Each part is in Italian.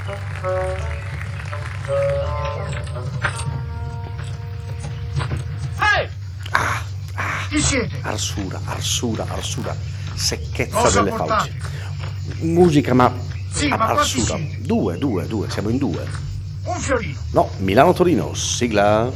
Chi siete? Arsura, secchezza Cosa delle portate? fauci. Musica, ma Sì, ma quanti Arsura. siete? Due, siamo in due. Un fiorino. No, Milano-Torino, sigla.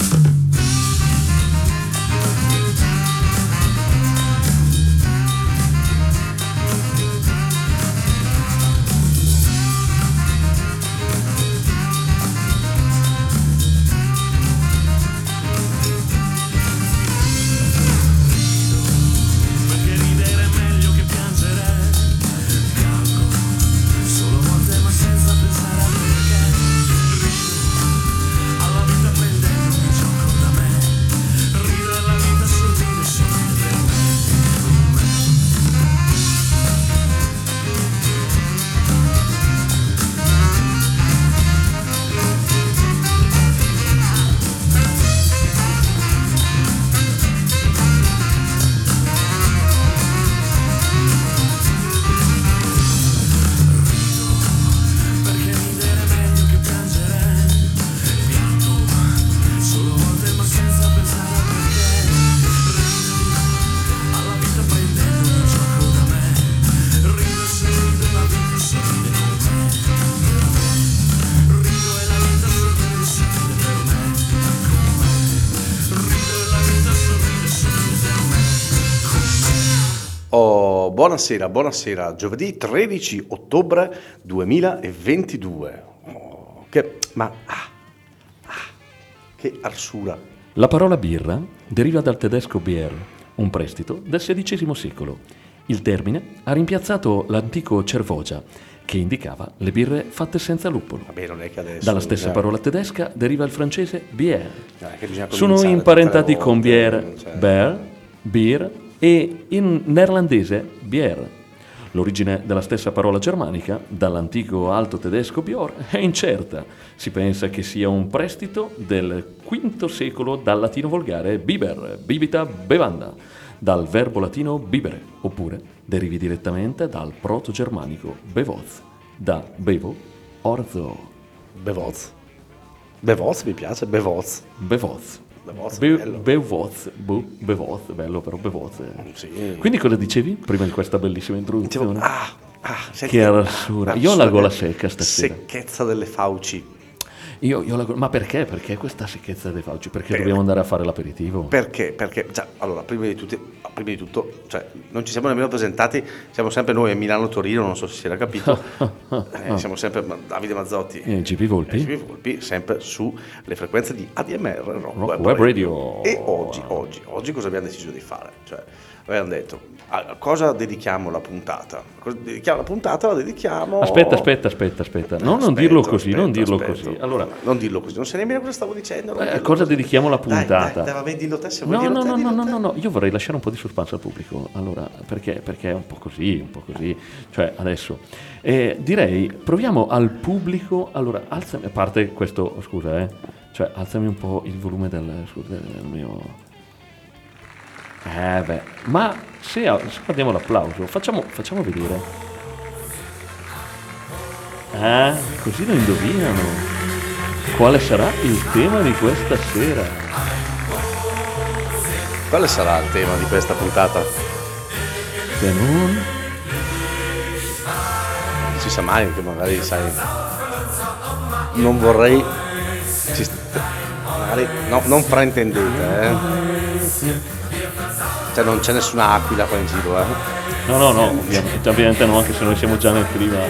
Buonasera, giovedì 13 ottobre 2022. Che arsura. La parola birra deriva dal tedesco Bier, un prestito del XVI secolo. Il termine ha rimpiazzato l'antico cervogia, che indicava le birre fatte senza luppolo. Vabbè, non è che adesso, Dalla stessa parola tedesca deriva il francese bière. Che Sono imparentati tutte le con volte, bière, cioè. beer, beer e in neerlandese bier. L'origine della stessa parola germanica, dall'antico alto tedesco Bior, è incerta. Si pensa che sia un prestito del V secolo dal latino volgare biber, bibita, bevanda, dal verbo latino bibere, oppure derivi direttamente dal proto-germanico bevoz, da bevo, orzo. Bevoz mi piace, bevoz. Bevoz. Bello. Bevoz, bello però bevoz. Sì. Quindi cosa dicevi prima di questa bellissima introduzione? Senti, Che arsura. Io ho la gola secca stasera. Secchezza delle fauci. Io la gola... Ma perché? Perché questa secchezza dei fauci? Perché dobbiamo andare a fare l'aperitivo? Perché? Allora, prima di tutto, cioè, non ci siamo nemmeno presentati, siamo sempre noi a Milano-Torino, non so se si era capito. Siamo sempre Davide Mazzotti e GP Volpi, sempre sulle frequenze di ADMR Rock Web Radio. E oggi cosa abbiamo deciso di fare? Cioè, abbiamo detto, a cosa dedichiamo la puntata? La dedichiamo... Aspetta. Non dirlo così. Allora, non dirlo così, non sai nemmeno cosa stavo dicendo. A cosa dedichiamo la puntata? Dai, dillo te se vuoi dirlo te. No, io vorrei lasciare un po' di suspense al pubblico. Allora, perché è un po' così. Cioè, adesso direi, proviamo al pubblico. Allora, alzami, a parte questo, scusa, cioè, alzami un po' il volume del mio... ma se guardiamo l'applauso, facciamo vedere. Così lo indovinano. Quale sarà il tema di questa sera? Quale sarà il tema di questa puntata? Se non si sa mai, che magari sai, non vorrei magari non fraintendete, cioè non c'è nessuna aquila qua in giro, No, ovviamente no, anche se noi siamo già nel clima.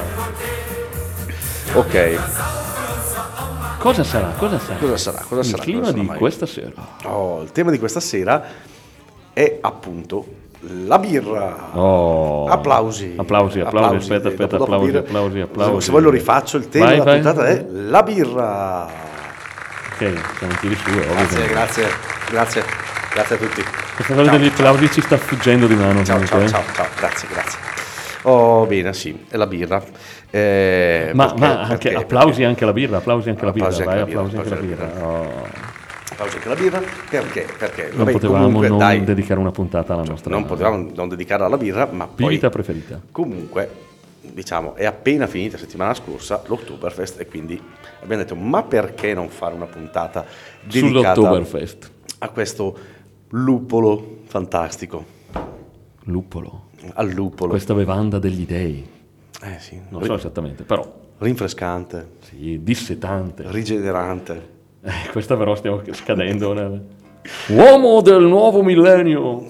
Ok. Cosa sarà? Il clima di questa sera. Il tema di questa sera è appunto la birra. Applausi. Aspetta, applausi. Se voi lo rifaccio, il tema della puntata è la birra. Ok, siamo tiri su, ovvio. Grazie a tutti. Questa cosa degli applausi ci sta fuggendo di mano. Ciao, grazie. Bene, sì, è la birra. Ma anche applausi anche alla birra, Applausi anche alla birra. Applausi anche alla birra, perché non potevamo dedicare una puntata alla nostra. Non potevamo non dedicarla alla birra, ma bibita preferita. Comunque diciamo, è appena finita la settimana scorsa l'Oktoberfest, e quindi abbiamo detto, ma perché non fare una puntata dedicata Sull'Oktoberfest. a questo luppolo fantastico, Luppolo. al luppolo. Questa bevanda degli dei. Sì, Non so esattamente, però rinfrescante, sì, dissetante. rigenerante. Questa però stiamo scadendo. Uomo del nuovo millennio.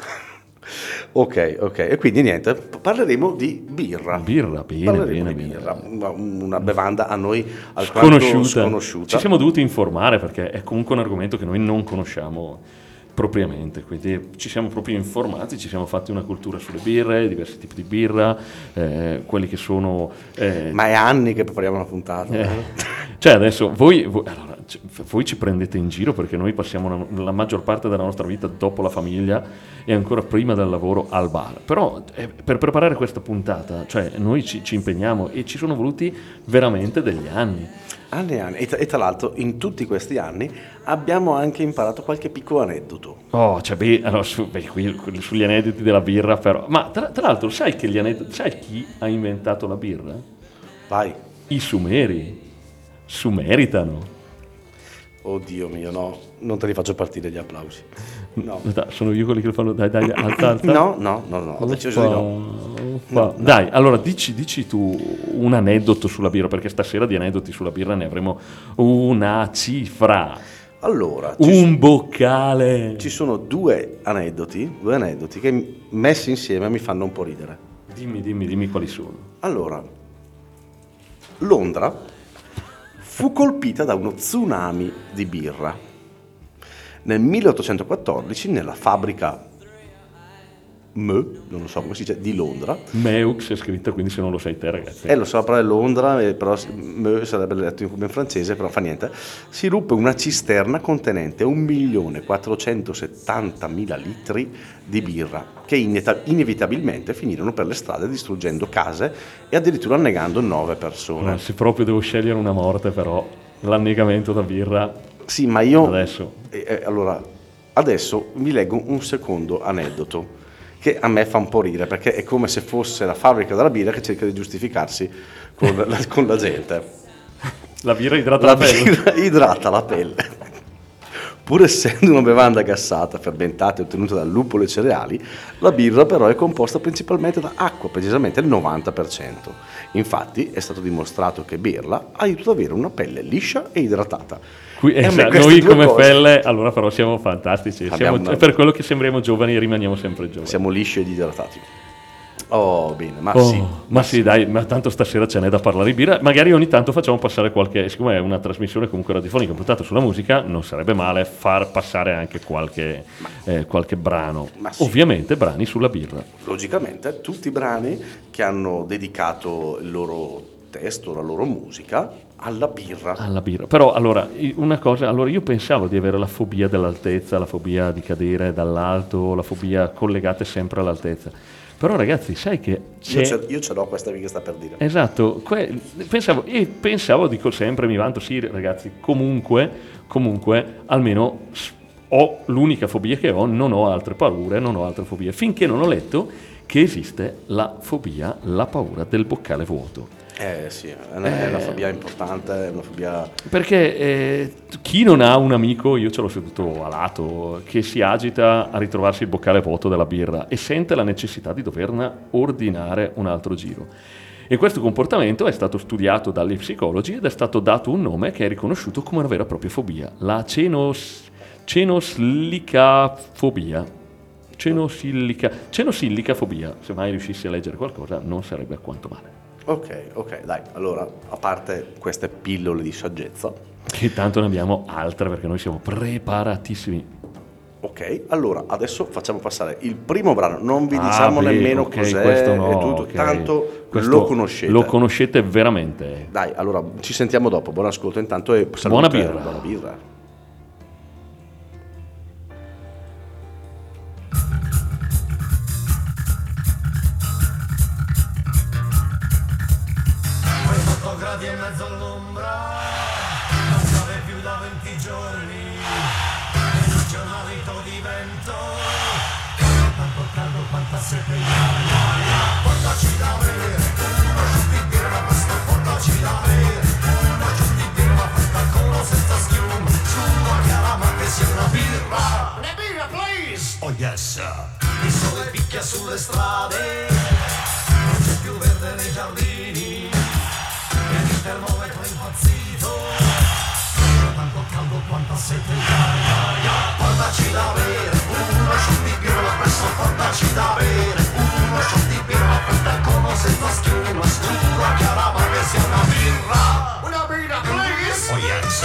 Ok, e quindi niente, parleremo di birra. Birra, Parleremo bene, di bene. birra, una bevanda a noi alquanto sconosciuta. Ci siamo dovuti informare perché è comunque un argomento che noi non conosciamo propriamente, quindi ci siamo proprio informati, ci siamo fatti una cultura sulle birre, diversi tipi di birra, quelli che sono... Ma è anni che prepariamo una puntata. Cioè adesso voi ci prendete in giro perché noi passiamo la maggior parte della nostra vita dopo la famiglia e ancora prima del lavoro al bar. Però per preparare questa puntata, cioè noi ci impegniamo e ci sono voluti veramente degli anni. Anni e anni. E tra l'altro in tutti questi anni abbiamo anche imparato qualche piccolo aneddoto. Oh, cioè, allora, qui sugli aneddoti della birra però. Ma tra l'altro sai che gli aneddoti, sai chi ha inventato la birra? Vai. I Sumeri. Sumeritano. Oddio mio, no, non te li faccio partire gli applausi. No. Sono io quelli che lo fanno. Dai, alza. No, ho deciso di no. Dai, allora dici tu un aneddoto sulla birra, perché stasera di aneddoti sulla birra ne avremo una cifra. Allora, Un boccale. ci sono due aneddoti che messi insieme mi fanno un po' ridere. Dimmi quali sono. Allora, Londra fu colpita da uno tsunami di birra. Nel 1814 nella fabbrica non so come si dice, di Londra. Meux è scritta, quindi se non lo sai te, ragazzi. Lo so, la parola è Londra, però sarebbe letto in francese, però fa niente. Si ruppe una cisterna contenente 1.470.000 litri di birra, che inevitabilmente finirono per le strade distruggendo case e addirittura annegando 9 persone. Se proprio devo scegliere una morte, però, l'annegamento da birra. Sì, ma io... Adesso. Allora, adesso vi leggo un secondo aneddoto che a me fa un po' ridere, perché è come se fosse la fabbrica della birra che cerca di giustificarsi con la gente. La birra idrata la pelle. Birra idrata la pelle. Pur essendo una bevanda gassata, fermentata e ottenuta dal luppolo e cereali, la birra però è composta principalmente da acqua, precisamente il 90%. Infatti è stato dimostrato che berla aiuta ad avere una pelle liscia e idratata. Noi come pelle, allora però siamo fantastici, è per quello che sembriamo giovani e rimaniamo sempre giovani. Siamo lisci ed idratati. Oh, bene, sì, dai, ma tanto stasera ce n'è da parlare di birra. Magari ogni tanto facciamo passare siccome è una trasmissione comunque radiofonica puntata sulla musica, non sarebbe male far passare anche qualche brano. Sì. Ovviamente brani sulla birra. Logicamente, tutti i brani che hanno dedicato il loro testo, la loro musica alla birra. Però allora una cosa, io pensavo di avere la fobia dell'altezza, la fobia di cadere dall'alto, la fobia collegate sempre all'altezza. Però ragazzi, sai che io ce l'ho questa che sta per dire. Esatto, pensavo, dico sempre, mi vanto, sì ragazzi, comunque almeno ho l'unica fobia che ho, non ho altre paure, non ho altre fobie, finché non ho letto che esiste la paura del boccale vuoto. Sì, è una fobia importante, è una fobia... Perché chi non ha un amico, io ce l'ho seduto a lato, che si agita a ritrovarsi il boccale vuoto della birra e sente la necessità di doverne ordinare un altro giro. E questo comportamento è stato studiato dagli psicologi ed è stato dato un nome che è riconosciuto come una vera e propria fobia, la cenoslicafobia. Cenosillifobia, se mai riuscissi a leggere qualcosa non sarebbe quanto male. Ok, dai, allora, a parte queste pillole di saggezza, che tanto ne abbiamo altre perché noi siamo preparatissimi. Ok, allora adesso facciamo passare il primo brano, non vi diciamo nemmeno cos'è, questo no, e tutto, okay. Tanto questo lo conoscete. Lo conoscete veramente. Dai, allora ci sentiamo dopo, buon ascolto intanto e salute. Buona birra. Buona birra. Gradi in mezzo all'ombra, non piove più da 20 giorni, e non c'è un alito di vento, tanto caldo, quanta sete, portaci da bere. sete, portaci da bere, uno shot di birra presso, portaci da bere, uno shot di birra fredda come senza schiuma, scura chiara ma che sia una birra. Una birra, please? Oh yes.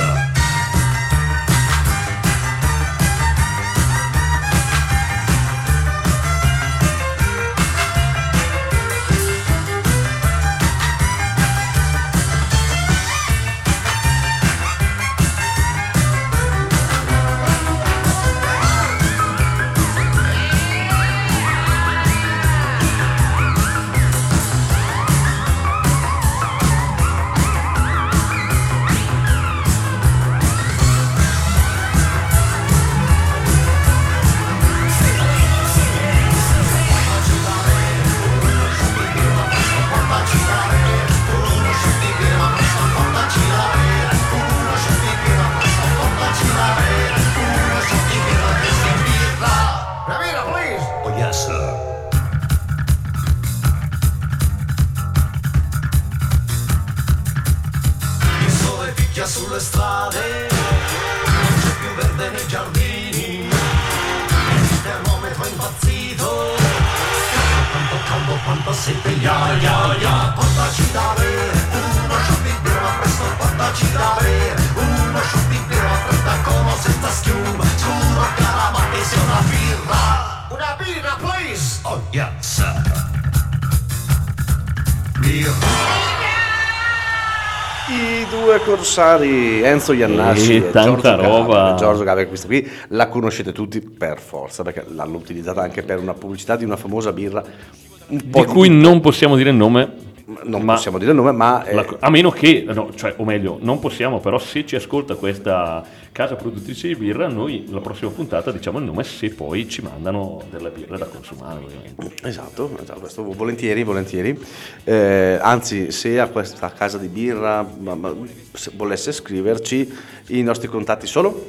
Sulle strade, non c'è più verde nei giardini, il termometro è impazzito, quanto caldo, quanto sete, ya, portaci da bere, uno shot di birra presto, portaci da bere, uno shot di birra fredda come senza schiuma, scuro cara ma che sia una birra, please, oh yes, birra. I due corsari Enzo Iannacci e tanta roba. Giorgio Gaber, questa qui la conoscete tutti per forza perché l'hanno utilizzata anche per una pubblicità di una famosa birra di cui non possiamo dire il nome. Possiamo dire il nome, ma a meno che, no, cioè, o meglio, non possiamo, però se ci ascolta questa casa produttrice di birra, noi la prossima puntata diciamo il nome se poi ci mandano delle birre da consumare, ovviamente. Esatto, questo volentieri. Anzi, se a questa casa di birra se volesse scriverci, i nostri contatti sono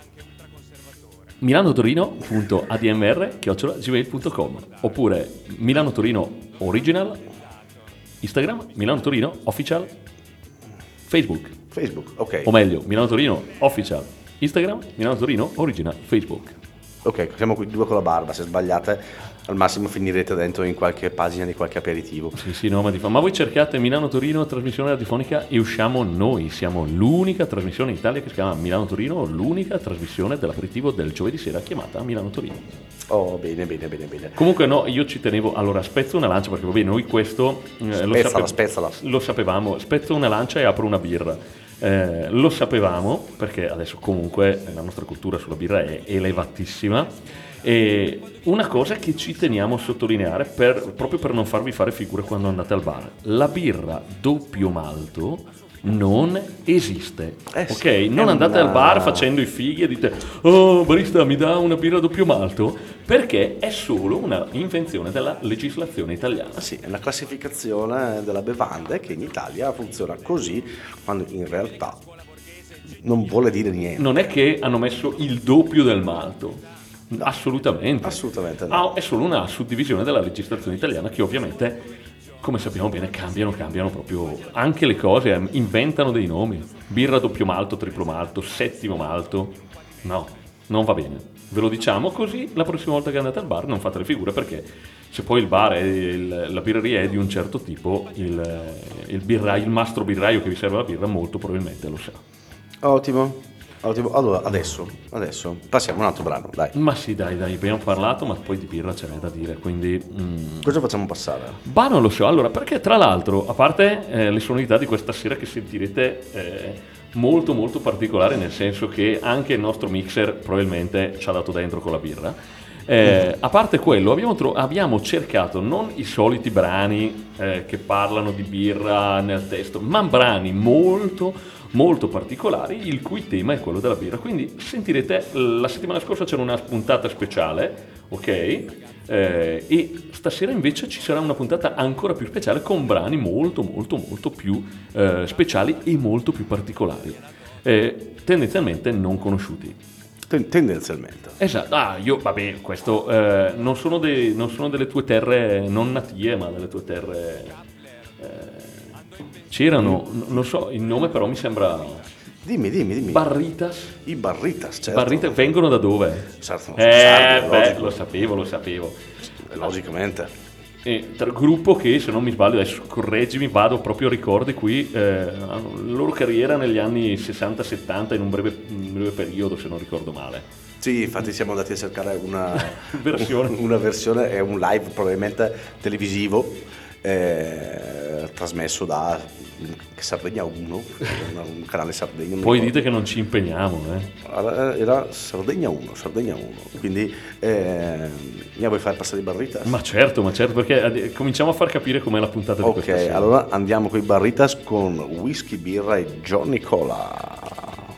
milanotorino.admr@gmail.com oppure Milano Torino Original, Instagram, Milano Torino Official, Facebook, ok. O meglio, Milano Torino Official, Instagram, Milano Torino Original, Facebook. Ok, siamo qui due con la barba, se sbagliate al massimo finirete dentro in qualche pagina di qualche aperitivo. Sì, no, ma voi cercate Milano Torino trasmissione radiofonica e usciamo noi, siamo l'unica trasmissione in Italia che si chiama Milano Torino, l'unica trasmissione dell'aperitivo del giovedì sera chiamata Milano Torino. Oh, bene. Comunque no, io ci tenevo, allora spezzo una lancia perché vabbè, noi questo spezzala. Lo sapevamo, spezzo una lancia e apro una birra. Lo sapevamo perché adesso comunque la nostra cultura sulla birra è elevatissima. E una cosa che ci teniamo a sottolineare proprio per non farvi fare figure quando andate al bar: la birra doppio malto non esiste, ok? Non andate al bar facendo i fighi e dite oh barista mi dà una birra doppio malto, perché è solo una invenzione della legislazione italiana. Sì, è la classificazione della bevanda che in Italia funziona così, quando in realtà non vuole dire niente. Non è che hanno messo il doppio del malto. Assolutamente no. È solo una suddivisione della legislazione italiana che ovviamente, come sappiamo bene, cambiano proprio anche le cose, inventano dei nomi: birra doppio malto, triplo malto, settimo malto. No, non va bene, ve lo diciamo così la prossima volta che andate al bar non fate le figure, perché se poi il bar la birreria è di un certo tipo, il mastro birraio che vi serve la birra molto probabilmente lo sa. Ottimo. Allora, adesso passiamo a un altro brano, dai. Ma sì, dai, abbiamo parlato, ma poi di birra ce n'è da dire, quindi... Cosa facciamo passare? Bah, non lo so, allora, perché tra l'altro, a parte le sonorità di questa sera che sentirete molto molto particolari, nel senso che anche il nostro mixer probabilmente ci ha dato dentro con la birra, a parte quello abbiamo cercato non i soliti brani che parlano di birra nel testo, ma brani molto molto particolari il cui tema è quello della birra. Quindi sentirete, la settimana scorsa c'era una puntata speciale, ok? E stasera invece ci sarà una puntata ancora più speciale con brani molto molto molto più speciali e molto più particolari, tendenzialmente non conosciuti. Tendenzialmente. Esatto. Io vabbè, questo non sono delle tue terre, non natie, ma delle tue terre. C'erano, non so il nome, però mi sembra Dimmi. Barritas. I Barritas, certo. Barritas vengono da dove? Certo, sardi, Beh, logico. lo sapevo. Logicamente. Gruppo che, se non mi sbaglio, adesso correggimi, vado proprio a ricordi qui, la loro carriera negli anni 60-70 in un breve periodo, se non ricordo male. Sì, infatti siamo andati a cercare una Versione. versione, è un live probabilmente televisivo, trasmesso da Sardegna 1, un canale Sardegna. non mi Poi ricordo. dite che non ci impegniamo, Era Sardegna 1, quindi mi vuoi fare passare i Barritas? Ma certo, perché cominciamo a far capire com'è la puntata di questa Ok, sera. allora andiamo con i Barritas con whisky, birra e Johnny Cola.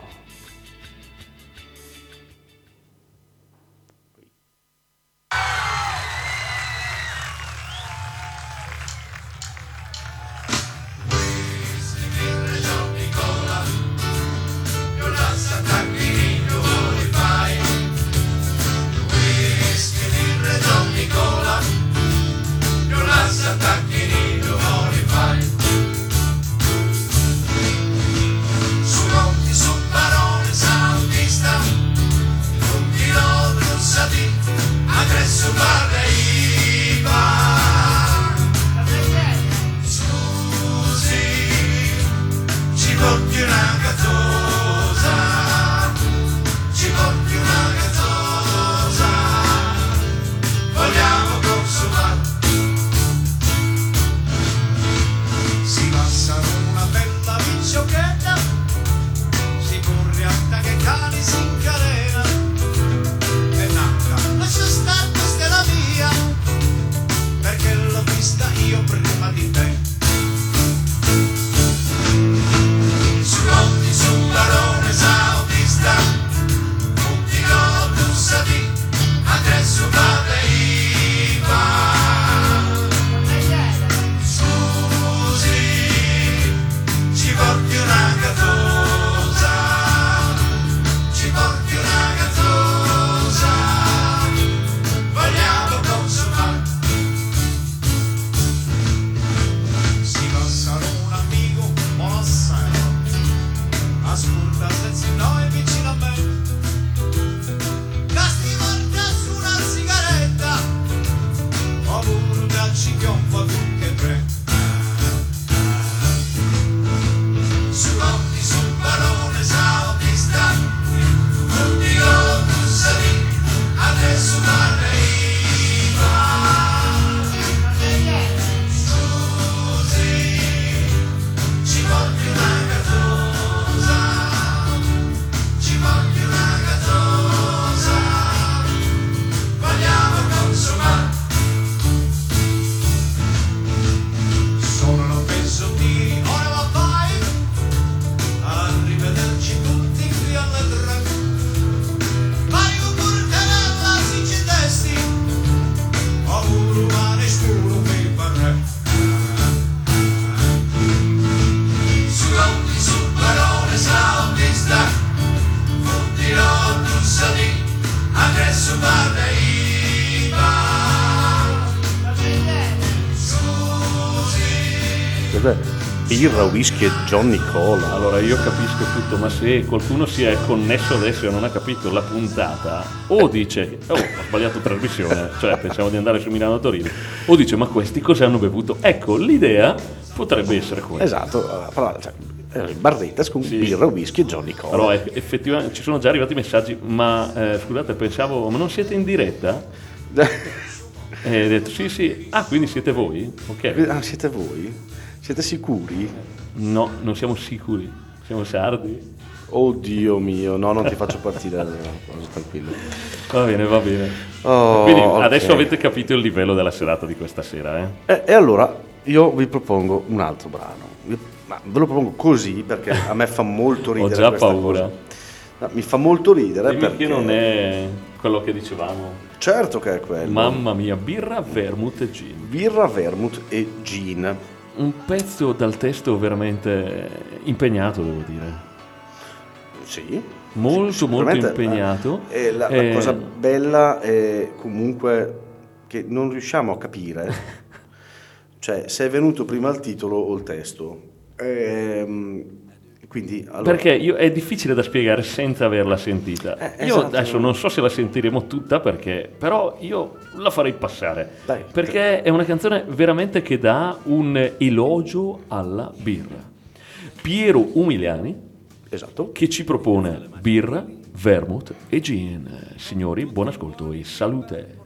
Birra, whisky e Johnny Cola. Allora io capisco tutto, ma se qualcuno si è connesso adesso e non ha capito la puntata, o dice ho sbagliato trasmissione, cioè pensavo di andare su Milano Torino, o dice ma questi cosa hanno bevuto? Ecco, l'idea potrebbe essere quella. Esatto, però, Barritas con birra, whisky e Johnny Cola. Però effettivamente ci sono già arrivati messaggi, ma scusate, pensavo, ma non siete in diretta? E ho detto sì, quindi siete voi? Ok. Ah, siete voi? Siete sicuri? No, non siamo sicuri, siamo sardi. Oddio mio, no, non ti faccio partire, tranquillo. Va bene. Oh, Quindi okay. adesso avete capito il livello della serata di questa sera, E allora io vi propongo un altro brano. Ma ve lo propongo così perché a me fa molto ridere. Ho già questa paura. cosa. No, mi fa molto ridere Dimmi perché che non è quello che dicevamo. Certo che è quello. Mamma mia, birra, vermouth e gin. Birra, vermouth e gin. Un pezzo dal testo veramente impegnato, devo dire. Sì. Molto impegnato. La cosa bella è comunque che non riusciamo a capire, cioè se è venuto prima il titolo o il testo. Quindi, allora, Perché è difficile da spiegare senza averla sentita. Io esatto. adesso non so se la sentiremo tutta però io la farei passare. Dai. Perché è una canzone veramente che dà un elogio alla birra. Piero Umiliani esatto. che ci propone birra, vermouth e gin. Signori, buon ascolto e salute.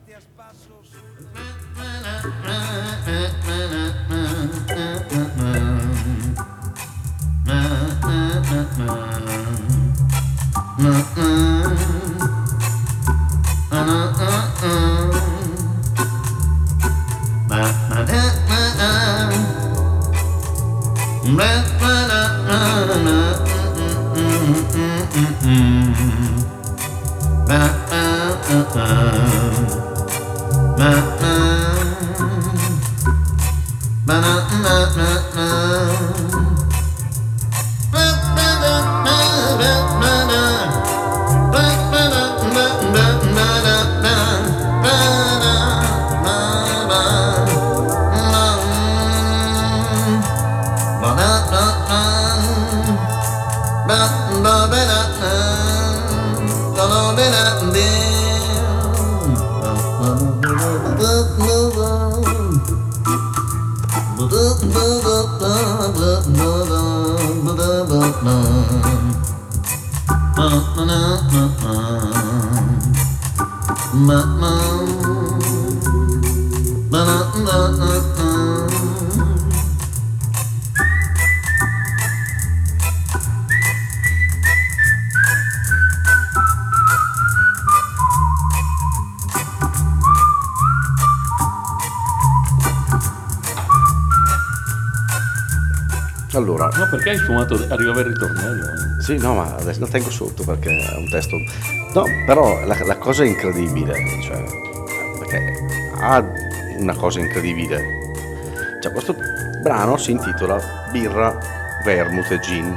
Allora, No, perché hai sfumato, arrivava il ritornello. sì, no, ma adesso lo tengo sotto perché è un testo. No, però la cosa è incredibile, cioè, perché ha una cosa incredibile. Cioè, questo brano si intitola Birra, Vermouth e Gin.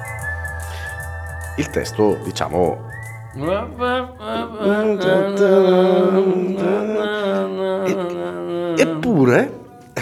Il testo, diciamo, eppure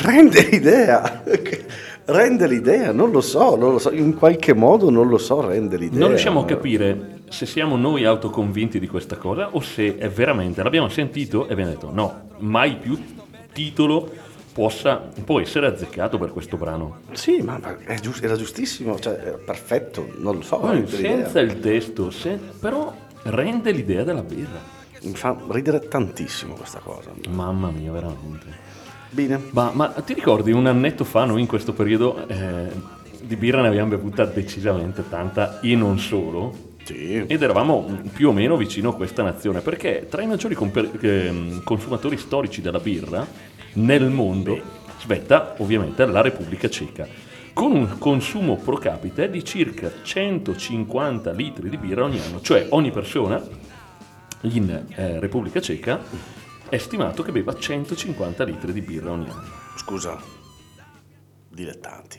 rende l'idea, non lo so, in qualche modo non lo so, rende l'idea. Non riusciamo a capire se siamo noi autoconvinti di questa cosa o se è veramente, l'abbiamo sentito e abbiamo detto no, mai più titolo può essere azzeccato per questo brano. Sì, ma era giustissimo, cioè era perfetto, non lo so. Poi, rende l'idea. senza il testo, però rende l'idea della birra. Mi fa ridere tantissimo questa cosa. Mamma mia, veramente. Bene. Ma ti ricordi un annetto fa noi in questo periodo di birra ne abbiamo bevuta decisamente tanta e non solo? Sì. Ed eravamo più o meno vicino a questa nazione perché tra i maggiori consumatori storici della birra nel mondo spetta ovviamente la Repubblica Ceca con un consumo pro capite di circa 150 litri di birra ogni anno, cioè ogni persona in Repubblica Ceca è stimato che beva 150 litri di birra ogni anno. Scusa, dilettanti.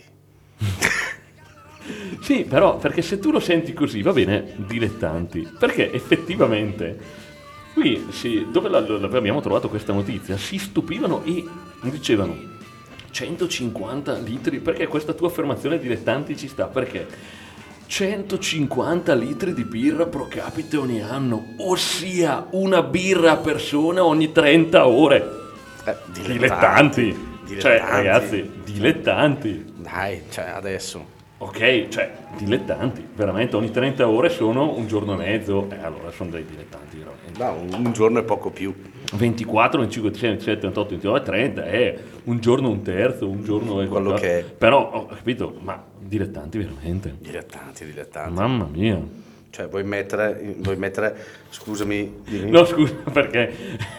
Sì, però, perché se tu lo senti così, va bene, dilettanti, perché effettivamente, qui dove abbiamo trovato questa notizia, si stupivano e dicevano 150 litri, perché questa tua affermazione dilettanti ci sta, perché 150 litri di birra pro capite ogni anno, ossia una birra a persona ogni 30 ore. Dilettanti. Cioè, ragazzi, dilettanti. Dai, cioè, adesso. Ok, cioè, dilettanti, veramente ogni 30 ore sono un giorno e mezzo, allora sono dei dilettanti, veramente. No, un giorno e poco più. 24, 25, 27, 28, 29, 30, un giorno un terzo, un giorno e quello che è. Però, ho capito, ma dilettanti veramente. Dilettanti. Mamma mia. Cioè, vuoi mettere, scusami, dimmi. No, scusa, perché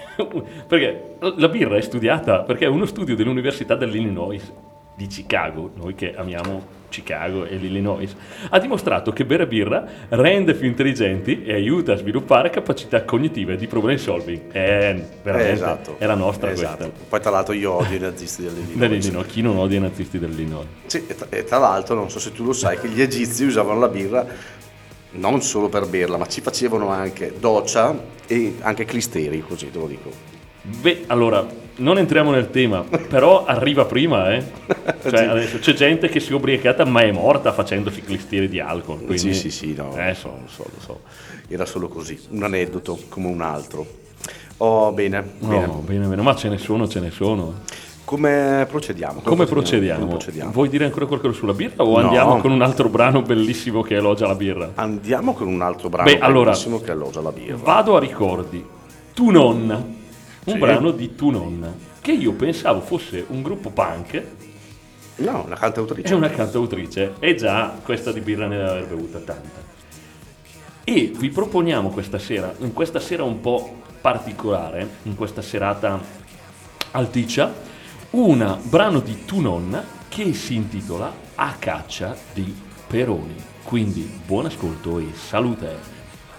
la birra è studiata, perché è uno studio dell'Università dell'Illinois di Chicago, noi che amiamo Chicago e l'Illinois, ha dimostrato che bere birra rende più intelligenti e aiuta a sviluppare capacità cognitive di problem solving. Veramente, Esatto. è la nostra Esatto. questa. Poi tra l'altro io odio i nazisti dell'Illinois. Dell'Illinois. Chi non odia i nazisti dell'Illinois? Sì, e tra l'altro non so se tu lo sai che gli egizi usavano la birra non solo per berla, ma ci facevano anche doccia e anche clisteri, così te lo dico. Beh, allora, non entriamo nel tema, però arriva prima, Cioè, adesso c'è gente che si è ubriacata ma è morta facendo ciclistiere di alcol. Quindi... Sì, no, lo so. Era solo così, un aneddoto come un altro. Oh, bene. Bene, ma ce ne sono. Come procediamo? Come procediamo? Vuoi dire ancora qualcosa sulla birra o andiamo con un altro brano bellissimo che elogia la birra? Andiamo con un altro brano bellissimo che elogia la birra. Vado a ricordi. Tu nonna, un brano di Tu nonna, che io pensavo fosse un gruppo punk. No, una cantautrice. È una cantautrice, e già questa di birra ne deve aver bevuta tanta. E vi proponiamo questa sera, in questa sera un po' particolare, in questa serata alticcia, un brano di Tu nonna che si intitola A caccia di Peroni. Quindi buon ascolto e salute.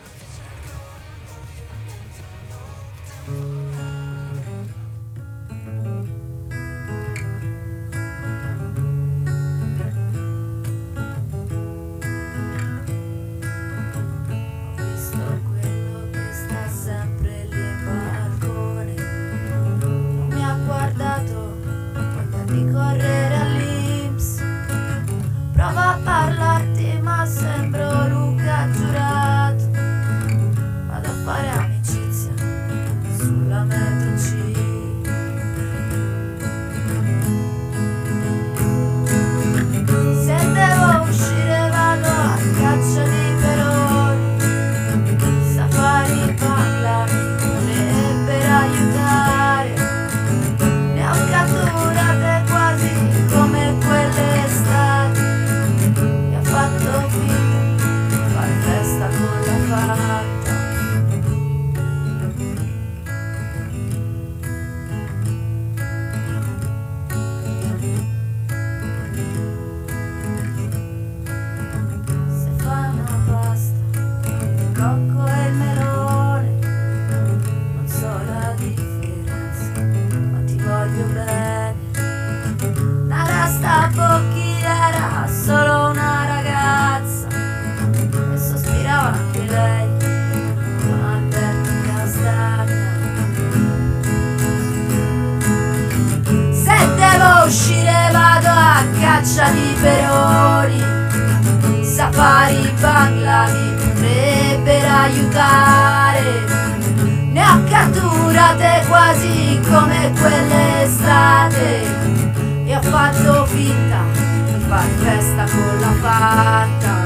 Prova a parlarti ma sembro Luca Giurato. Vado a fare amicizia sulla metro C. Se devo uscire vado a caccia di Peroni. Safari Bangla mi vorrebbero aiutare. Ne ho catturate quasi come quelle estate. Fatto finta di fare festa con la fatta. Se fai una pasta il cocco e il melone, non so la differenza, ma ti voglio bene. Una rasta bocchiera, solo una ragazza, e sospirava anche lei con Alberto Castagna. Se devo uscire vado a caccia di Peroni. Safari Bangla mi potrebbero aiutare. Ne ho catturate quasi come quelle estate. E ho fatto finta di far festa con la fatta.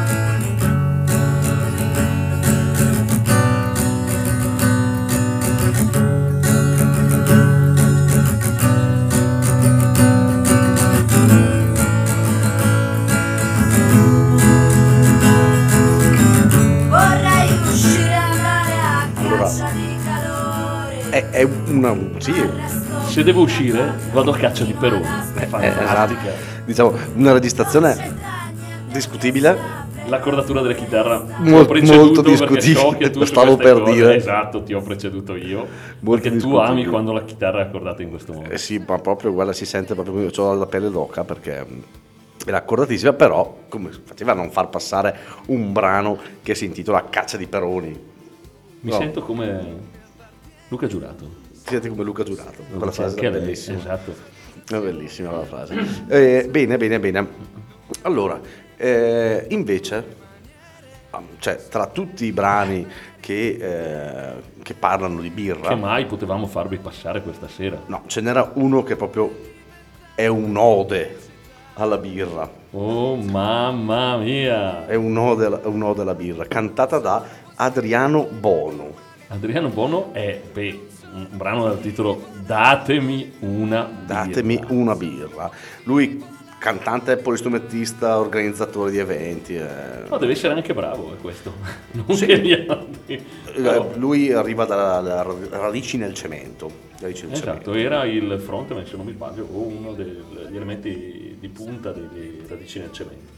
Vorrei uscire a andare a caccia di calore. È una... sì. Se devo uscire vado a caccia di Peroni. Fantastica. Diciamo, una registrazione discutibile. L'accordatura della chitarra Molto perché discutibile, so che tu stavo su queste per cose, dire. esatto, ti ho preceduto io, Molto perché tu discutibile. ami quando la chitarra è accordata in questo modo. Sì, ma proprio, guarda, si sente proprio come ho la pelle d'oca perché era accordatissima, però come faceva a non far passare un brano che si intitola Caccia di Peroni? Mi No. sento come Luca Giurato. Ti senti come Luca Giurato? Quella frase Anche era lei, bellissima. esatto. È bellissima la frase. Bene. Allora, invece, cioè, tra tutti i brani che parlano di birra, Che mai potevamo farvi passare questa sera? no, ce n'era uno che proprio è un'ode alla birra. Oh mamma mia! È un'ode alla birra, cantata da Adriano Bono. Adriano Bono è un brano dal titolo Datemi una birra. Datemi una birra. Lui, cantante, polistrumentista, organizzatore di eventi. No, deve essere anche bravo, è questo. Non Sì. che gli altri. Però- Lui arriva da radici nel cemento. Esatto, era il frontman, se non mi sbaglio, o uno degli elementi di punta delle radici nel cemento.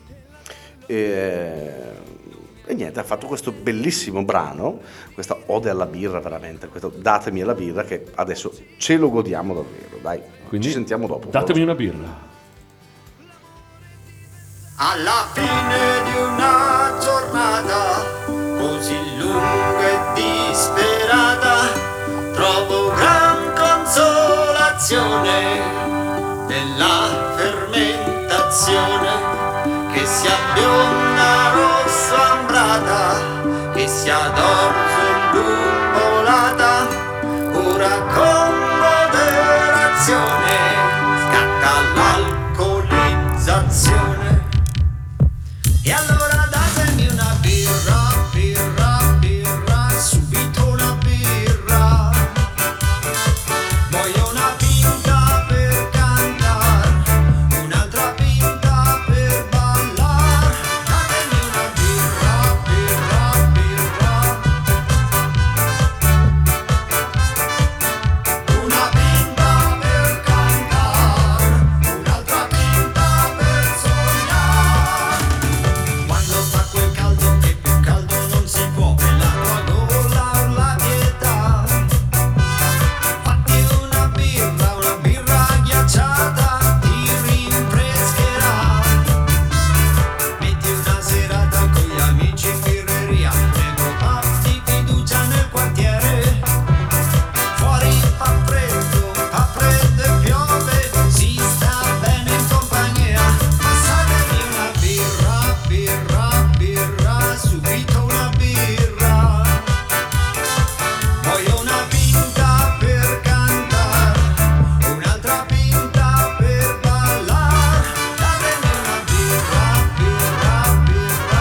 E niente, ha fatto questo bellissimo brano, questa ode alla birra veramente, questo Datemi alla birra, che adesso ce lo godiamo davvero, dai. Quindi ci sentiamo dopo. datemi una birra. Alla fine di una giornata così lunga e disperata trovo gran consolazione colorazione, che sia bionda, rossa, ambrata, che sia d'orzo, lupolata, ora con moderazione scatta l'alcolizzazione. E allora datemi una birra, birra, birra, subito una birra. Voglio una pinta per cantare, un'altra pinta per ballare. Datemi una birra, birra, birra. Una pinta per cantare, un'altra pinta per sognare. Quando fa quel caldo che più caldo non si può, per la tua gola la pietà. Fatti una birra ghiacciata, ti rinfrescherà. Metti una serata con gli amici in birreria, nego di fiducia nel quartiere. Fuori fa freddo e piove, si sta bene in compagnia. Passatemi una birra, birra, birra, subito una birra. Voglio una pinta per cantare, un'altra pinta per ballare. Datemi una birra, birra, birra.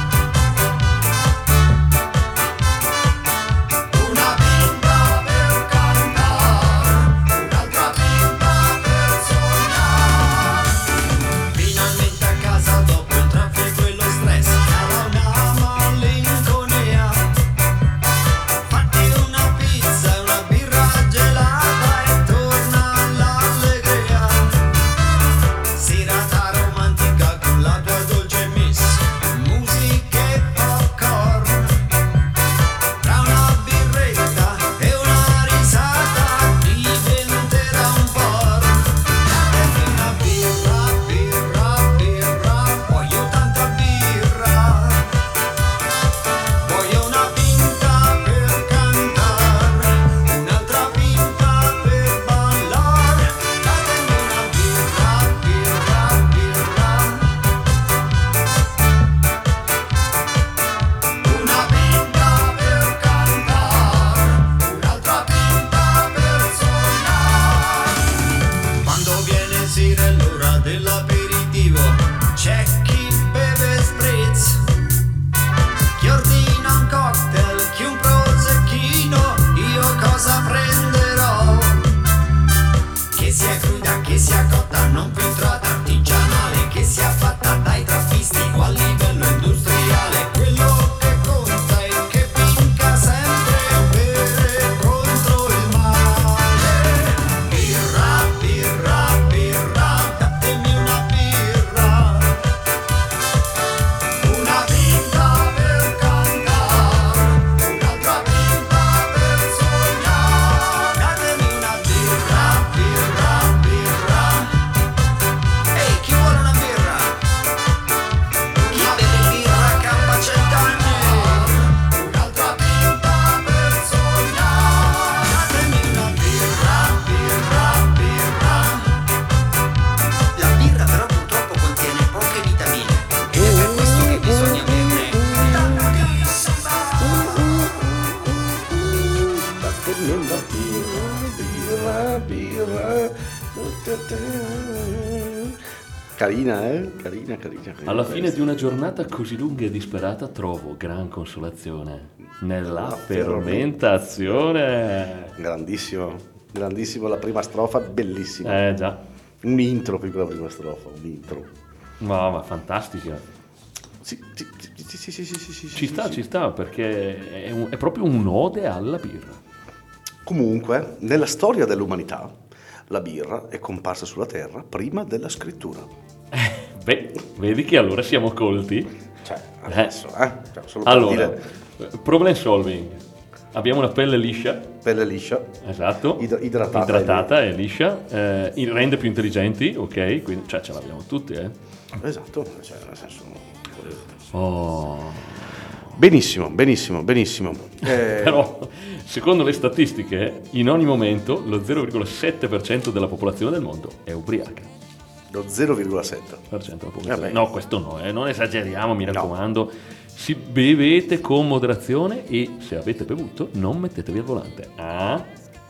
Una pinta per cantare, un'altra pinta per sognare. Finalmente a casa dopo il traffico e lo stress, cala una malinconia. Fatti una pizza e una birra gelata e torna l'allegria. Serata romantica con la tua dolce miss, musica e popcorn. Tra una birretta e una risata diventerà un porn. Datemi una birra, birra, birra, voglio tanta birra. Voglio una pinta per cantare, un'altra pinta per ballare. Datemi una birra, birra, birra. Una pinta per cantare, un'altra pinta per sognare. Quando viene sera è l'ora dell'aperitivo, c'è chi beve spritz, chi ordina un cocktail, chi un prosecchino. Io cosa prenderò? Che sia cruda, che sia cotta, non filtrata, artigianale, che sia fatta dai traffisti o a livello industriale. Quello che conta è che vinca sempre bere contro il male. Birra, birra, birra, datemi una birra. Una pinta per cantare, un'altra pinta per sognare. Datemi una birra, birra, birra. Ehi, chi vuole una birra? Chi beve birra campa 100 anni? Un'altra pinta per sognare. Datemi una birra, birra, birra. La birra però purtroppo contiene poche vitamine ed è per questo che bisogna berne tantissima. Datemi una birra. Carina, carina, carina. Alla fine di una giornata così lunga e disperata trovo gran consolazione nella fermentazione. Grandissimo, grandissimo, la prima strofa, bellissima. Già, Un intro più che la prima strofa, un intro. ma fantastica. Sì, Ci sta perché è proprio un'ode alla birra. Comunque, nella storia dell'umanità, la birra è comparsa sulla terra prima della scrittura. Beh, vedi che allora siamo colti. Cioè, adesso, Cioè, solo per Allora, dire, problem solving. Abbiamo una pelle liscia, pelle liscia, esatto, idratata e liscia, rende più intelligenti, ok, quindi cioè, ce l'abbiamo tutti, Esatto, cioè, nel senso... Oh. Benissimo, benissimo, benissimo. Però, secondo le statistiche, in ogni momento lo 0,7% della popolazione del mondo è ubriaca. Lo 0,7. della popolazione. Vabbè. No, questo no, non esageriamo, mi raccomando. Si bevete con moderazione e se avete bevuto non mettetevi al volante. Ah?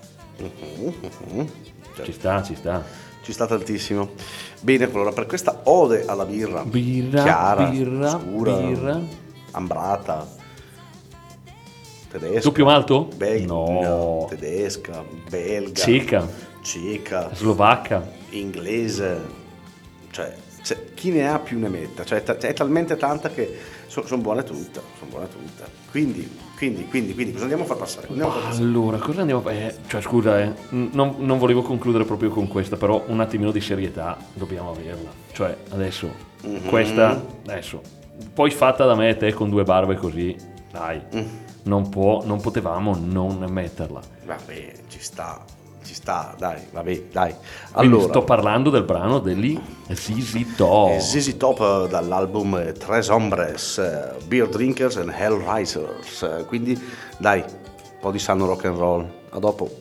Ci sta. Ci sta tantissimo. Bene, allora per questa ode alla birra, Birra, chiara, birra, scura, birra. ambrata, tedesca, Tu più alto? no, tedesca, belga, ceca, slovacca. inglese, cioè chi ne ha più ne metta, cioè è talmente tanta che sono buone tutte, quindi cosa andiamo a far passare? Allora, cosa andiamo a fare? Cioè, scusa, non volevo concludere proprio con questa, però un attimino di serietà dobbiamo averla. Cioè, adesso, questa, poi fatta da me e te con 2 barbe così, dai, non potevamo non metterla. Vabbè, ci sta, dai, vabbè, dai. Quindi Allora, sto parlando del brano degli ZZ Top. ZZ Top dall'album Tres Hombres, Beer Drinkers and Hellraisers. Quindi dai, un po' di sano rock and roll. A dopo.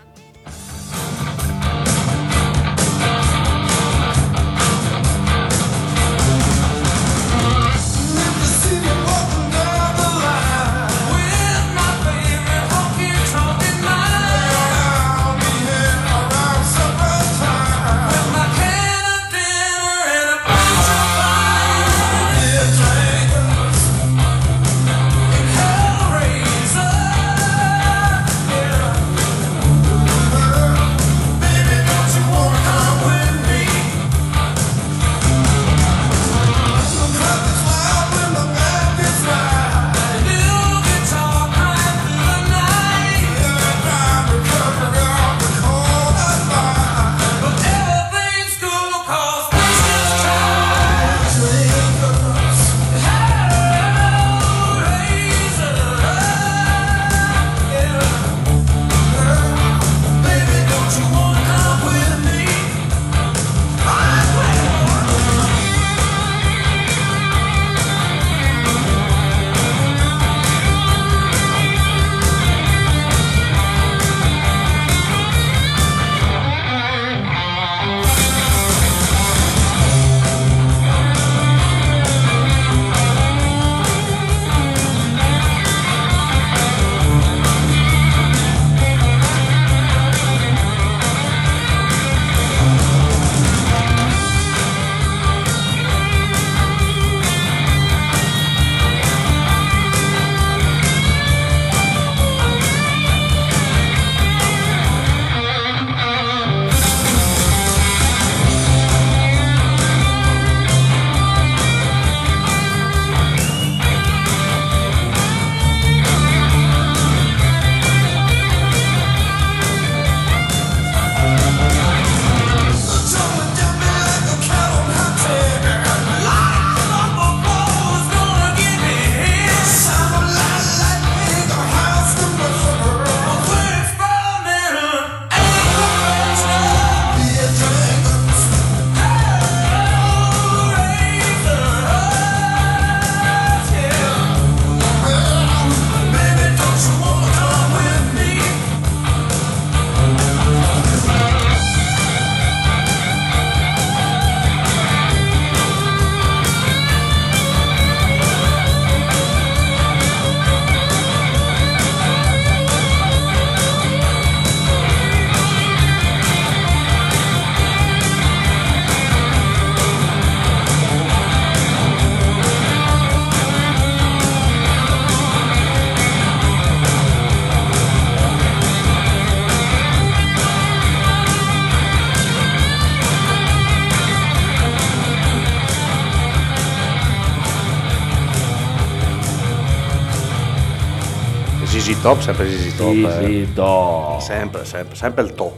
ZZ Top, sempre ZZ Top. ZZ Top. Sempre il top,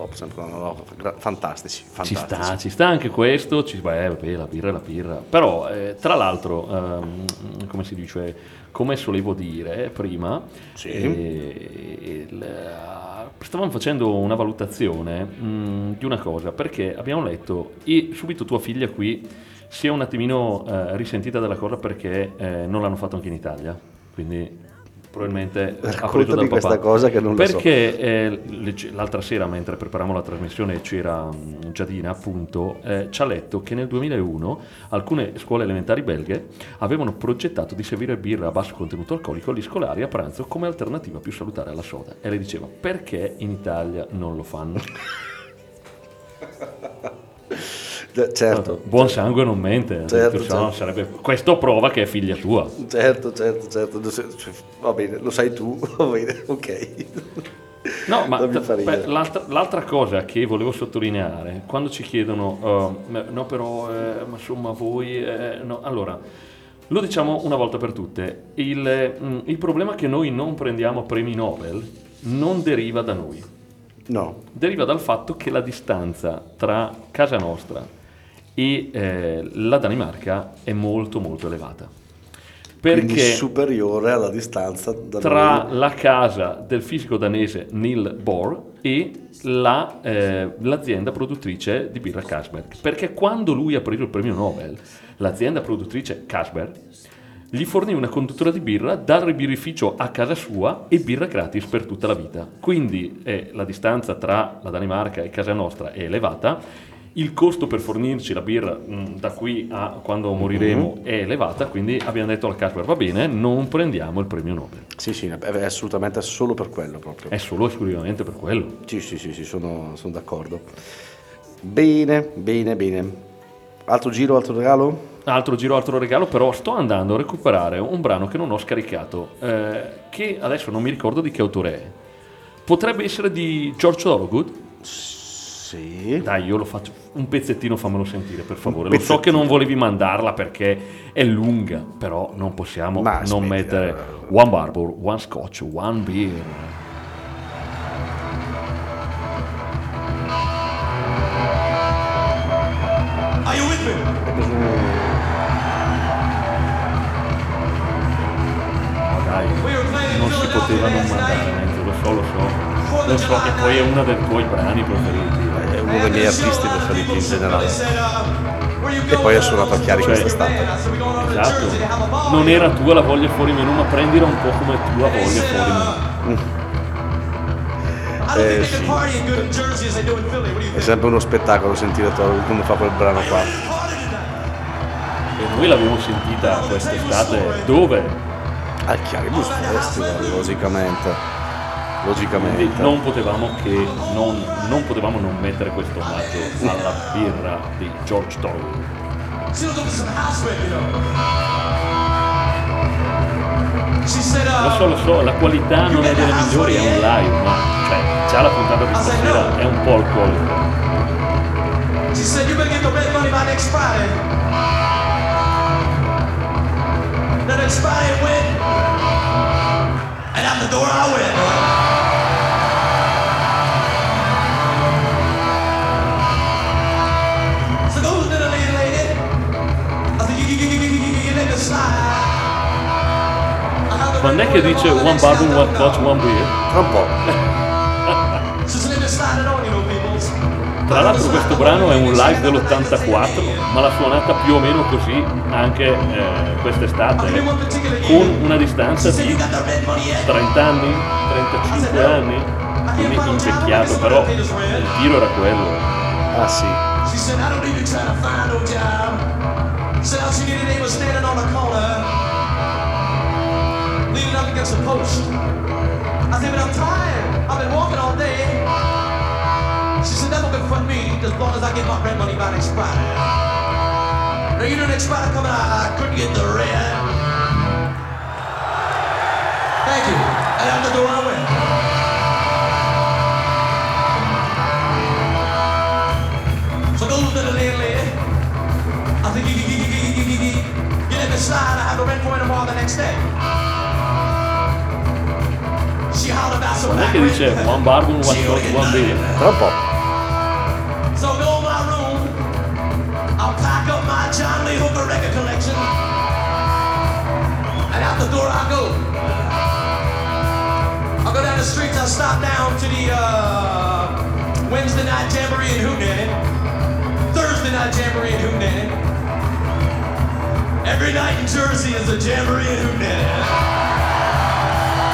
fantastici. Ci sta anche questo, la birra è la birra. Però, tra l'altro, come si dice, come solevo dire prima, stavamo facendo una valutazione di una cosa, perché abbiamo letto, e subito tua figlia qui si è un attimino risentita della cosa perché non l'hanno fatto anche in Italia, quindi probabilmente appreso dal Raccontami papà. questa cosa che non la so. Perché l'altra sera, mentre preparavamo la trasmissione, c'era Giadina, appunto, ci ha letto che nel 2001 alcune scuole elementari belghe avevano progettato di servire birra a basso contenuto alcolico agli scolari a pranzo come alternativa più salutare alla soda. E lei diceva: perché in Italia non lo fanno? Certo, Buon sangue non mente, Certo, se no certo. sarebbe... questo prova che è figlia tua. certo, va bene, lo sai tu, va bene, ok. No, ma Non mi fa ridere. l'altra cosa che volevo sottolineare, quando ci chiedono, no però, ma insomma voi, no, allora, lo diciamo una volta per tutte, il problema che noi non prendiamo premi Nobel non deriva da noi, No, deriva dal fatto che la distanza tra casa nostra e la Danimarca è molto molto elevata. quindi Perché superiore alla distanza da tra noi. la casa del fisico danese Niels Bohr e l'azienda produttrice di birra Carlsberg, perché quando lui ha preso il premio Nobel, l'azienda produttrice Carlsberg gli fornì una conduttura di birra dal birrificio a casa sua e birra gratis per tutta la vita. Quindi la distanza tra la Danimarca e casa nostra è elevata, il costo per fornirci la birra da qui a quando moriremo è elevata, quindi abbiamo detto al Carlsberg: va bene, non prendiamo il premio Nobel. Sì, è assolutamente solo per quello proprio. È solo esclusivamente per quello. Sì, sono d'accordo. Bene. Altro giro, altro regalo? Altro giro, altro regalo, però sto andando a recuperare un brano che non ho scaricato, che adesso non mi ricordo di che autore è. Potrebbe essere di George Thorogood? Sì. Dai, io lo faccio un pezzettino, fammelo sentire per favore. Lo so pezzettino. che non volevi mandarla perché è lunga, però non possiamo Ma non smetti, mettere One Barbour, One Scotch, One Beer. Are you with me? No, dai, non si poteva non mandare, Nenzo, lo so che poi è uno dei tuoi brani preferiti. È uno dei miei artisti preferiti in generale. E poi ha suonato a Chiari quest'estate. Esatto, non era tua la voglia fuori menù, ma prendila un po' come tua voglia fuori menù. Sì. È sempre uno spettacolo sentire Toro quando fa quel brano qua. E noi l'abbiamo sentita quest'estate dove? Al Chiari Blues Festival, logicamente. Quindi non potevamo non mettere questo omaggio alla birra di George Thorogood. Lo so, la qualità non è delle migliori, è un live, ma cioè, già la puntata di stasera è un po' alcolica. She said, you better get the red money by next Friday. The next Friday went, and out the door I went. So goes to the lady. I said, you let me slide. Quando è che dice One Bourbon, One Scotch, One Beer? Tra un po'. Just let me slide it on, you know, peoples. Tra l'altro questo brano è un live dell'84, ma l'ha suonata più o meno così anche quest'estate, con una distanza di 30 anni, 35 anni, quindi invecchiato, però il tiro era quello. Ah sì. She said, I don't even try to find no job. Said all she needed was standing on the corner, leaning up against a post. I said, but I'm tired. I've been walking all day. She said, that'll be for me, as long as I get my rent money by next Friday. Now, you know, next Friday coming, I couldn't get the rent. Thank you. And out the door I went. So goes to the landlady. I think, you let me slide, I have the rent for you tomorrow the next day. She hollered about some Quando è che dice One Bourbon, One Scotch, One Beer? Tra un po'. So go in my room, I'll pack up my John Lee Hooker record collection, and out the door I go. I'll go down the streets, I'll stop down to the Wednesday night jamboree in Hootenanny, Thursday night jamboree in Hootenanny. Every night in Jersey is a jamboree in Hootenanny.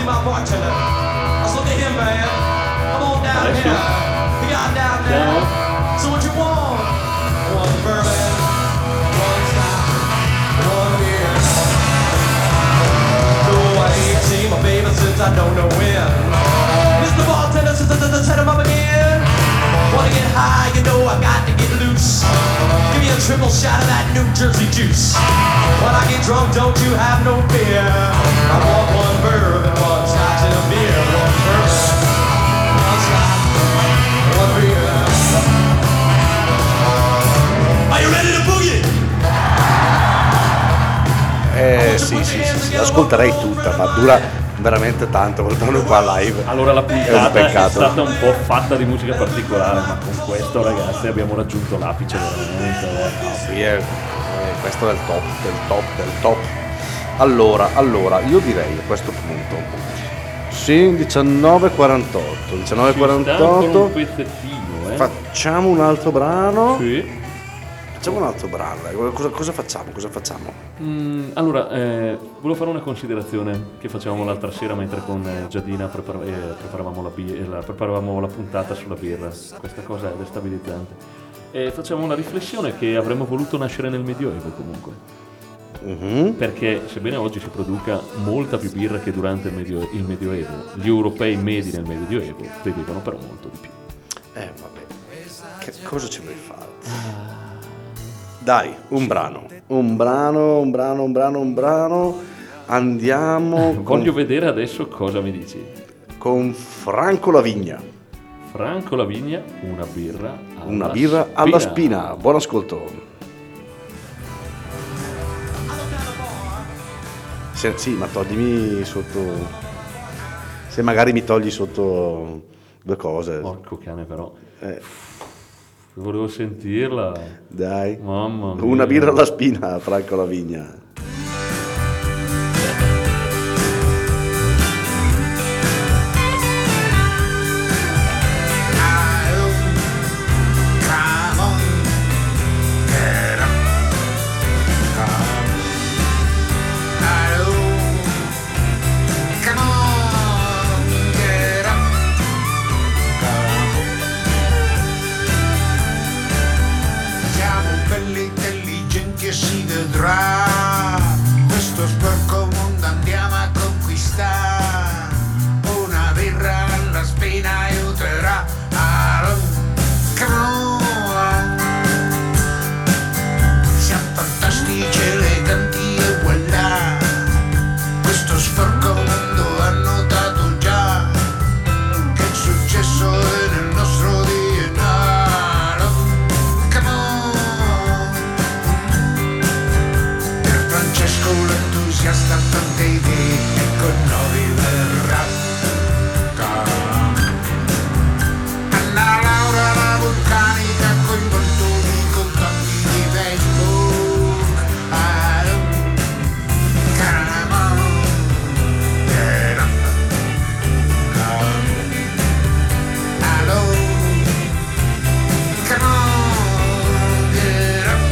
see my bartender. Let's look at him, man. Come on down Bless here. you. We got down there. So what you want? One bourbon, one stout, one beer. No, I ain't seen my baby since I don't know when. Mr. Bartender, set him up again. Wanna get high, you know I got to get loose. Give me a triple shot of that New Jersey juice. When I get drunk, don't you have no fear. I want one bourbon, one scotch and a beer. One bourbon, one scotch, one beer. Are you ready to boogie? Sì, l'ascolterei tutta, ma dura veramente tanto quel brano qua live. Allora la È un puntata è peccato. stata un po' fatta di musica particolare, ma con questo ragazzi abbiamo raggiunto l'apice veramente. Questo è il top del top del top. Allora, io direi a questo punto, sì, 19:48, Ci sta ancora 19:48, un pezzettino, facciamo un altro brano. Sì. Facciamo un altro brano, dai. Cosa facciamo? Allora, volevo fare una considerazione che facevamo l'altra sera mentre con Giadina preparavamo la puntata sulla birra. Questa cosa è destabilizzante. Facciamo una riflessione che avremmo voluto nascere nel Medioevo comunque. Perché sebbene oggi si produca molta più birra che durante il Medioevo, gli europei medi nel Medioevo bevevano però molto di più. Vabbè, che cosa ci vuoi fare? Dai, un brano. Andiamo Voglio vedere adesso cosa mi dici. con Franco Lavigna. Franco Lavigna, una birra alla Una birra alla spina. Buon ascolto. Sì, ma toglimi sotto. Se magari mi togli sotto due cose. Porco cane però. Volevo sentirla. Dai. Mamma mia. Una birra alla spina, Franco Lavigna. Questo sporco mondo andiamo a conquistare. Una birra alla spina aiuterà. Come on. Siamo fantastici, eleganti e voilà. Questo sporco mondo ha notato già che il successo è nel nostro DNA. Come on. Francesco l'entusiasta tante idee e con noi verrà. Anna Laura la vulcanica ha coinvolto i contatti di Facebook. Come on. Get up. Hello. Come on. Get up.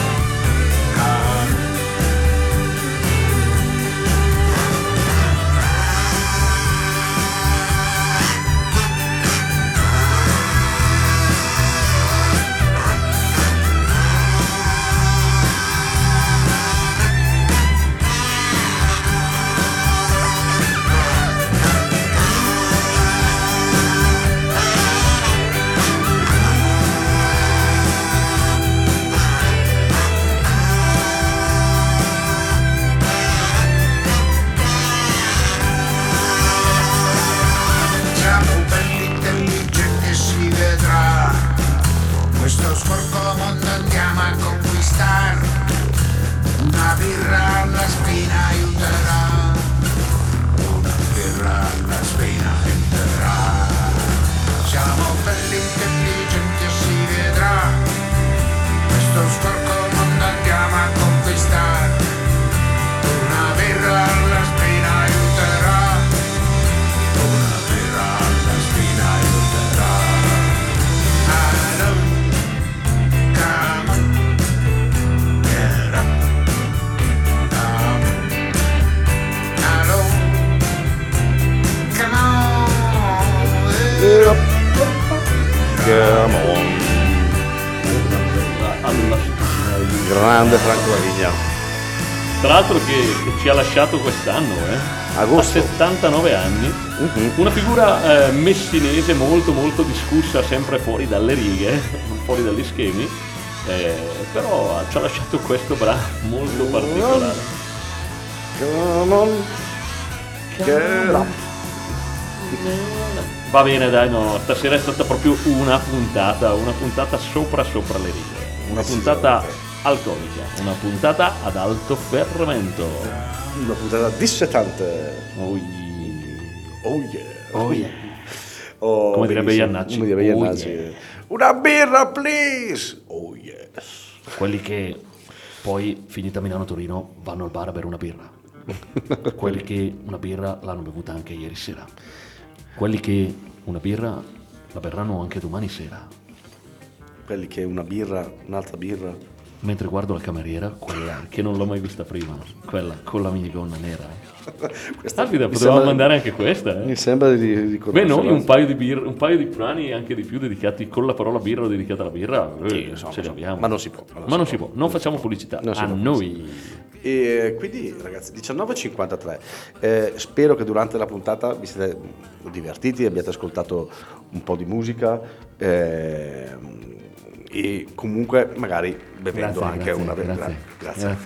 Siamo belli intelligenti e si vedrà. Questo sporco mondo andiamo a conquistare. Una birra alla spina aiuterà. Una birra alla spina aiuterà. Siamo belli intelligenti e si vedrà. Questo sporco mondo andiamo a conquistare. Una birra alla spina aiuterà. Una birra alla spina aiuterà. Hello, come on, get up. Hello, Grande Franco Lavigna. Tra l'altro che ci ha lasciato quest'anno, Agosto. a 79 anni, una figura messinese molto molto discussa, sempre fuori dalle righe, fuori dagli schemi, però ci ha lasciato questo brano molto particolare. Come on. Get up. Va bene, dai, no, stasera è stata proprio una puntata sopra le righe, una puntata alcolica, una puntata ad alto fermento. Una puntata dissetante. Oh yeah. Oh, Come direbbe benissimo. Iannacci. Come direbbe Oh Iannacci. yeah. Una birra, please. Oh yes. Quelli che poi, finita Milano-Torino, vanno al bar a bere una birra. Quelli che una birra l'hanno bevuta anche ieri sera. Quelli che una birra la berranno anche domani sera. Quelli che un'altra birra. Mentre guardo la cameriera, quella che non l'ho mai vista prima, quella con la minigonna nera. Alvida, potevamo mandare anche questa. Mi sembra di Beh, noi conoscerla. un paio di brani, anche di più, dedicati con la parola birra o dedicata alla birra, insomma, ce li abbiamo. ma non si può. Ma non si può, non facciamo pubblicità. Non si A può. noi. E quindi ragazzi, 19.53, spero che durante la puntata vi siete divertiti, abbiate ascoltato un po' di musica e comunque magari bevendo anche una birra. Grazie.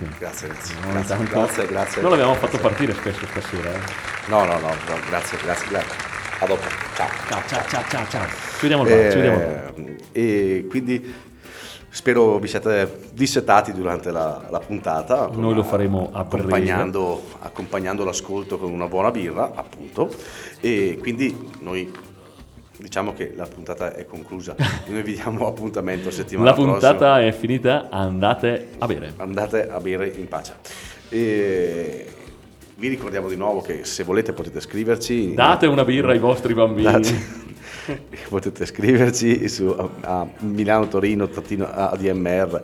Non l'abbiamo fatto partire spesso stasera. No, grazie. A dopo. Ciao. Ciao. Ci vediamo al bar. E quindi spero vi siate dissetati durante la puntata. Noi lo faremo a breve. accompagnando l'ascolto con una buona birra, appunto. E quindi noi diciamo che la puntata è conclusa. Noi vi diamo appuntamento settimana La prossima. puntata è finita, andate a bere. Andate a bere in pace. E vi ricordiamo di nuovo che se volete potete scriverci. Date una birra ai vostri bambini. Potete scriverci a Milano Torino ADMR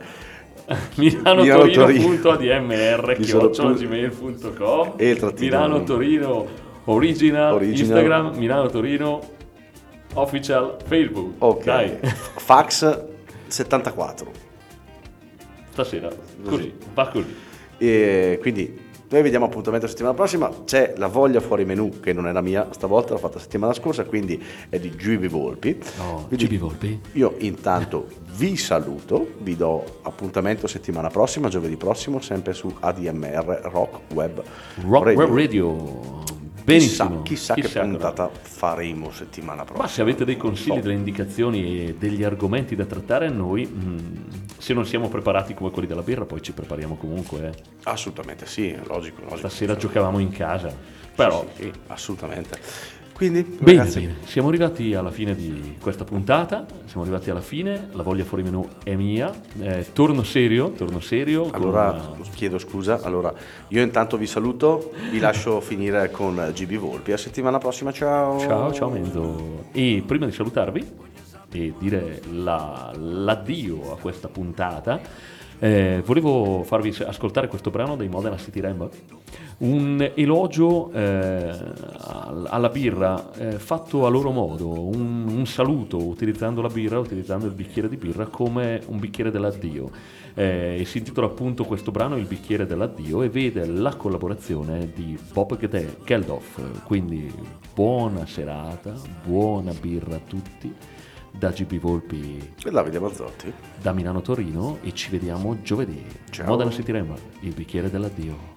milanotorino.admr@gmail.com e il trattino Milano Torino original. Instagram, Milano Torino official, Facebook. Ok. Dai, Fax 74. stasera così, va così. E quindi noi vediamo appuntamento la settimana prossima. C'è la voglia fuori menù, che non è la mia stavolta, l'ho fatta la settimana scorsa, quindi è di GB Volpi. GB Volpi. Io intanto vi saluto, vi do appuntamento settimana prossima, giovedì prossimo, sempre su ADMR Rock Web Radio. Benissimo. Chissà che puntata faremo settimana prossima. Ma se avete dei consigli, delle indicazioni e degli argomenti da trattare, noi se non siamo preparati come quelli della birra, poi ci prepariamo comunque. Assolutamente sì, logico. Stasera giocavamo in casa, però sì, assolutamente. Quindi, bene, ragazzi, siamo arrivati alla fine di questa puntata, la voglia fuori menù è mia, torno serio. Allora, chiedo scusa, io intanto vi saluto, vi lascio finire con GB Volpi, a settimana prossima, ciao! Ciao Menzo, e prima di salutarvi e dire l'addio a questa puntata, volevo farvi ascoltare questo brano dei Modena City Rainbow, un elogio alla birra fatto a loro modo, un saluto utilizzando la birra, utilizzando il bicchiere di birra come un bicchiere dell'addio. Si intitola appunto questo brano Il bicchiere dell'addio e vede la collaborazione di Bob Geldof. Quindi buona serata, buona birra a tutti da GB Volpi E Davide Mazzotti. da Milano Torino, e ci vediamo giovedì. Ciao. Modena City Rainbow, il bicchiere dell'addio.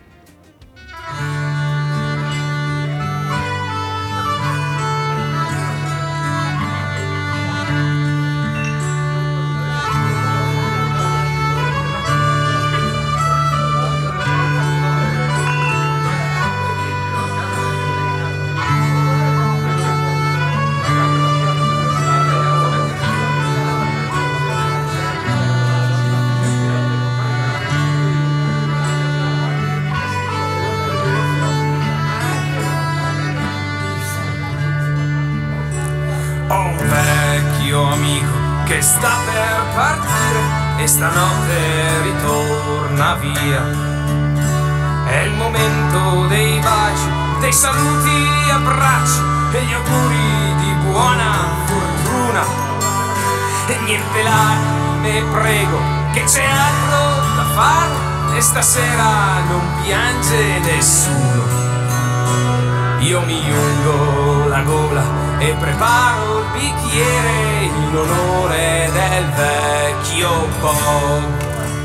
Ho un vecchio amico che sta per partire e stanotte ritorna via. È il momento dei baci, dei saluti, abbracci e gli auguri di buona fortuna. E niente là, ne prego, che c'è altro fare e stasera non piange nessuno. Io mi ungo la gola e preparo il bicchiere in onore del vecchio Po.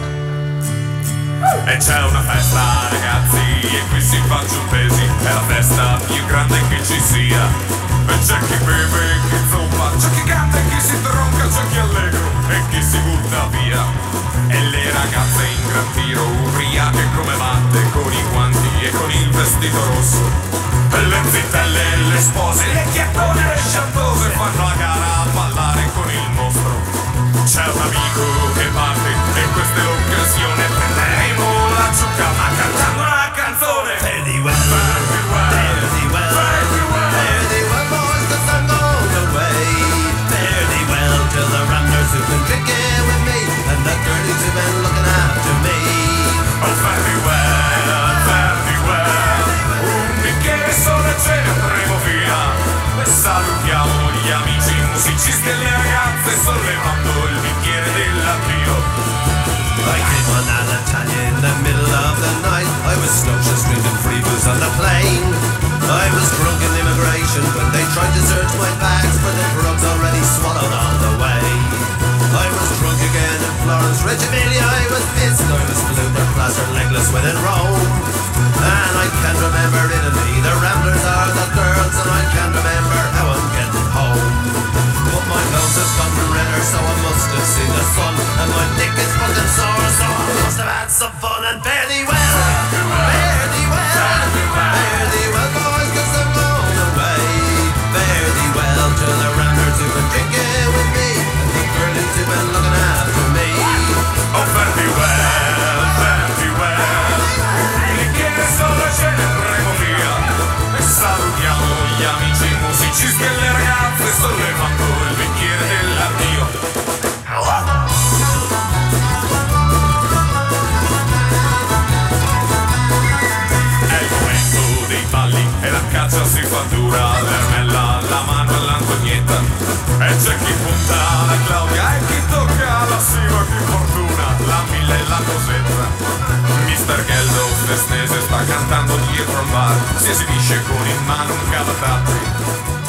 E c'è una festa ragazzi e qui si fa giù pesi, è la festa più grande che ci sia. E c'è chi beve e chi zoppa, c'è chi canta e chi si tronca, c'è chi è allegro e chi si butta via. E le ragazze in gran tiro, ubriache come matte, con i guanti e con il vestito rosso. E le zitelle e le spose, le chiettone e le sciantose fanno a gara a ballare con il mostro. C'è un amico che parte e questa è l'occasione, prenderemo la zucca ma cantando una canzone. Fare thee well, fare thee well, fare thee well, fare thee well, boys, 'cause I'm going away. Fare thee well to the ramblers who've been drinking with me, and the girlies who've been looking after me. Oh, fare thee well, fare thee well, un bicchiere solo e ce ne andremo via. E salutiamo gli amici musicisti e le ragazze sollevando il bicchiere dell'addio. I came on Alitalia in the middle of the night. I was snobbish drinking free booze on the plane. I was drunk in immigration when they tried to search my bags for the drugs already swallowed on the way. I was drunk again in Florence, Reggio Emilia, I was pissed. I was Luther, plastered legless within Rome. And I can't remember Italy, the ramblers are the girls, and I can't remember how I'm getting home. But my nose has gotten redder, so I must have seen the sun. And my dick is fucking sore, so I must have had some fun. And fare thee well, fare thee well, fare thee well, boys, 'cause I'm going away. Fare thee well to the ramblers who've been drinking with me, and the girlies who've been looking after me. Oh, fare thee well, fare thee well, un bicchiere solo e ce ne andremo via. E salutiamo gli amici musicisti e le ragazze sollevando il bicchiere dell'addio. È il momento dei balli e la caccia si fa dura, l'ermella, la mano all'Antonietta. E c'è chi punta la Claudia e chi tocca la Siva, chi fortuna, la Milla e la Cosetta. Mister Geldo Fesnese sta cantando dietro al bar, si esibisce con in mano un cavatappi.